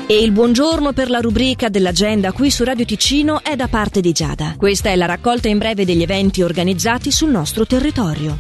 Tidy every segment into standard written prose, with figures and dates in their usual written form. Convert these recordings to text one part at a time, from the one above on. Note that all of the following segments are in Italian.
E il buongiorno per la rubrica dell'agenda qui su Radio Ticino è da parte di Giada. Questa è la raccolta in breve degli eventi organizzati sul nostro territorio.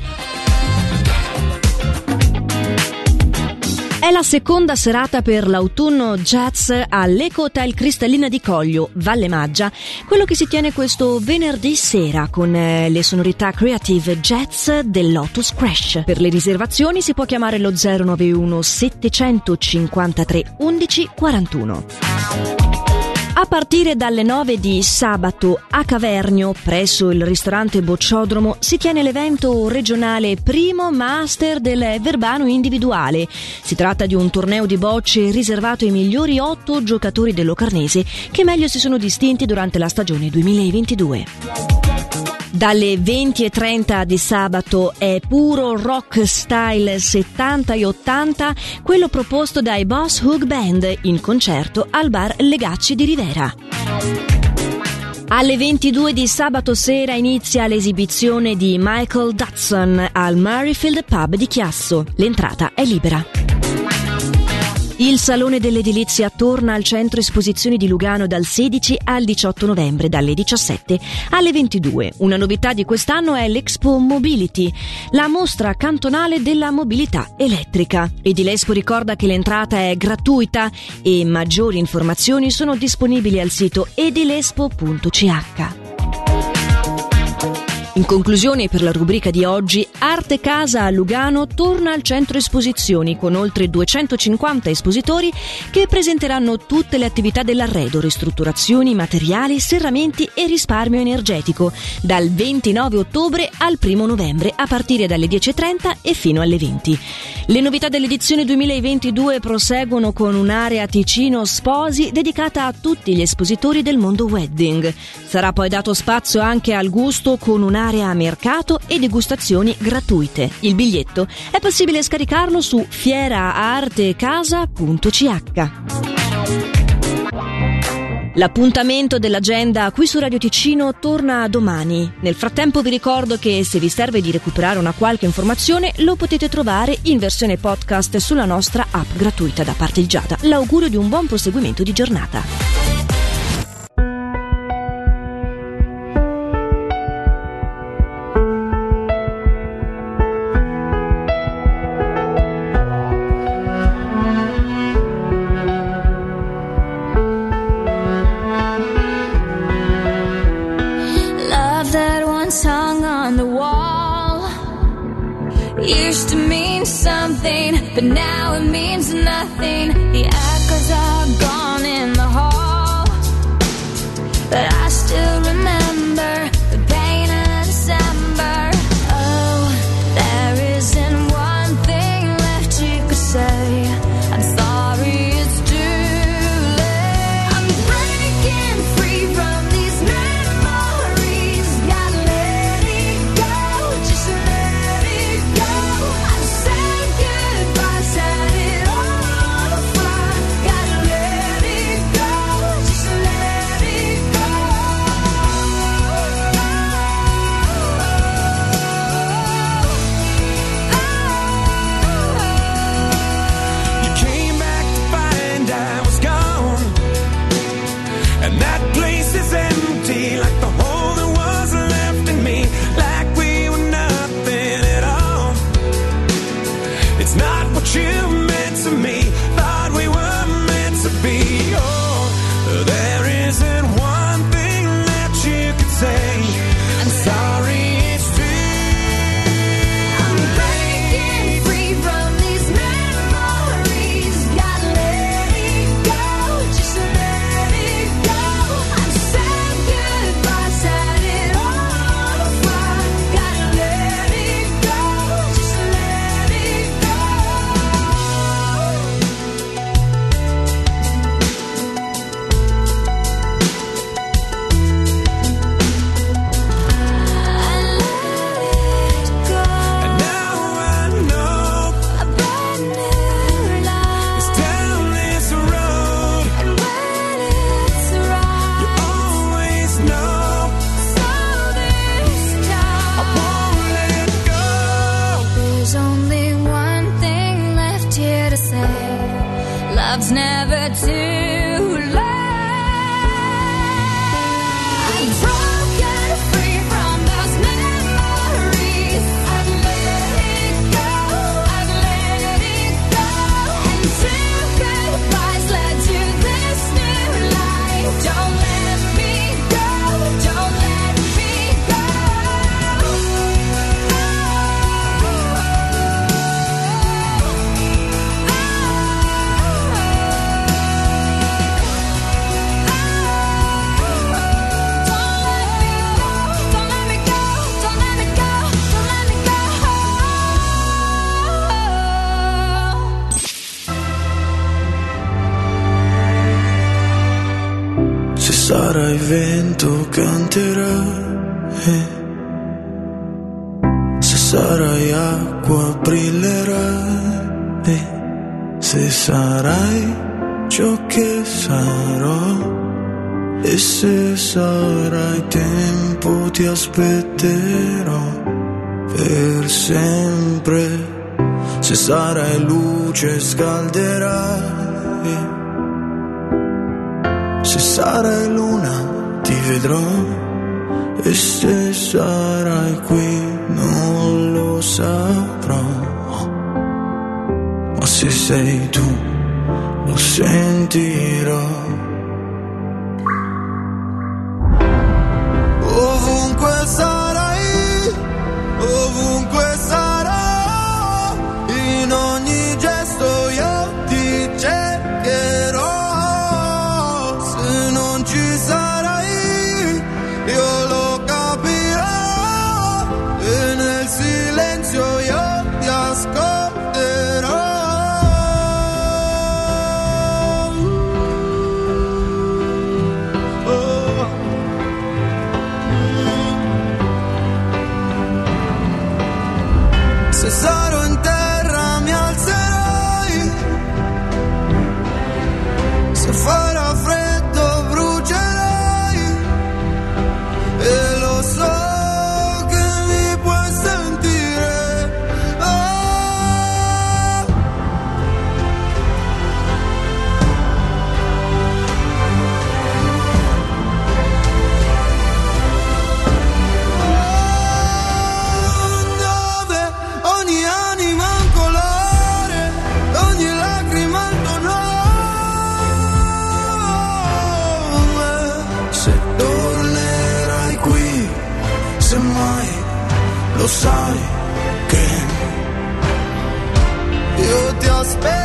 È la seconda serata per l'autunno jazz all'Eco Hotel Cristallina di Coglio, Valle Maggia, quello che si tiene questo venerdì sera con le sonorità creative jazz del Lotus Crash. Per le riservazioni si può chiamare lo 091 753 11 41. A partire dalle 9 di sabato a Cavernio, presso il ristorante Bocciodromo, si tiene l'evento regionale Primo Master del Verbano Individuale. Si tratta di un torneo di bocce riservato ai migliori 8 giocatori del Locarnese che meglio si sono distinti durante la stagione 2022. Dalle 20:30 di sabato è puro rock style 70 e 80, quello proposto dai Boss Hook Band in concerto al bar Legacci di Rivera. Alle 22 di sabato sera inizia l'esibizione di Michael Dudson al Murrayfield Pub di Chiasso. L'entrata è libera. Il Salone dell'Edilizia torna al centro esposizioni di Lugano dal 16 al 18 novembre, dalle 17 alle 22. Una novità di quest'anno è l'Expo Mobility, la mostra cantonale della mobilità elettrica. Edilespo ricorda che l'entrata è gratuita e maggiori informazioni sono disponibili al sito edilespo.ch. In conclusione, per la rubrica di oggi, Arte Casa a Lugano torna al centro esposizioni con oltre 250 espositori che presenteranno tutte le attività dell'arredo, ristrutturazioni, materiali, serramenti e risparmio energetico dal 29 ottobre al 1 novembre a partire dalle 10:30 e fino alle 20. Le novità dell'edizione 2022 proseguono con un'area Ticino Sposi dedicata a tutti gli espositori del mondo wedding. Sarà poi dato spazio anche al gusto con un'area mercato e degustazioni gratuite. Il biglietto è possibile scaricarlo su fieraartecasa.ch. L'appuntamento dell'agenda qui su Radio Ticino torna domani. Nel frattempo vi ricordo che se vi serve di recuperare una qualche informazione lo potete trovare in versione podcast sulla nostra app gratuita da parte di Giada. L'augurio di un buon proseguimento di giornata. Hung on the wall used to mean something, but now it means nothing. The echoes are gone in the hall, but I still remember the pain of December. Oh, there isn't one thing left you could say. I'm sorry, it's too late. I'm breaking free from these memories. Gotta let it go, just let it go. I've said goodbye, set it all on fire. Gotta let it go, just let it go. You came back to find I was gone, and that place is empty, like the hole that was left in me, like we were nothing at all. It's not what you meant to me, thought we were meant to be. Oh, there isn't one thing that you could say. I'm sorry, it's true. I'm breaking free from these memories. Gotta let it go, just let it go. I've said goodbye, set it all on fire. Gotta let it go, just let it go. love's never too late. I'm broken free from those memories. I've let it go, I've let it go. And two goodbyes led to this new life. Don't let me go, don't let me go. Se sarai vento canterai, se sarai acqua brillerai, se sarai ciò che sarò, e se sarai tempo ti aspetterò per sempre. Se sarai luce scalderai, se sarai luna ti vedrò, e se sarai qui non lo saprò, ma se sei tu lo sentirò. Ovunque sarai, ovunque sarò, in ogni gesto io ti cercherò. Se non ci sarai, io lo capirò, e nel silenzio io ti ascolterò. Se sarò in terra mi alzerai, se farà freddo brucerai, e lo so che mi puoi sentire. Oh. Dove ogni anima ha un colore, ogni lacrima ha un tuo nome. Se tornerai qui, se mai lo sai che io ti aspetto.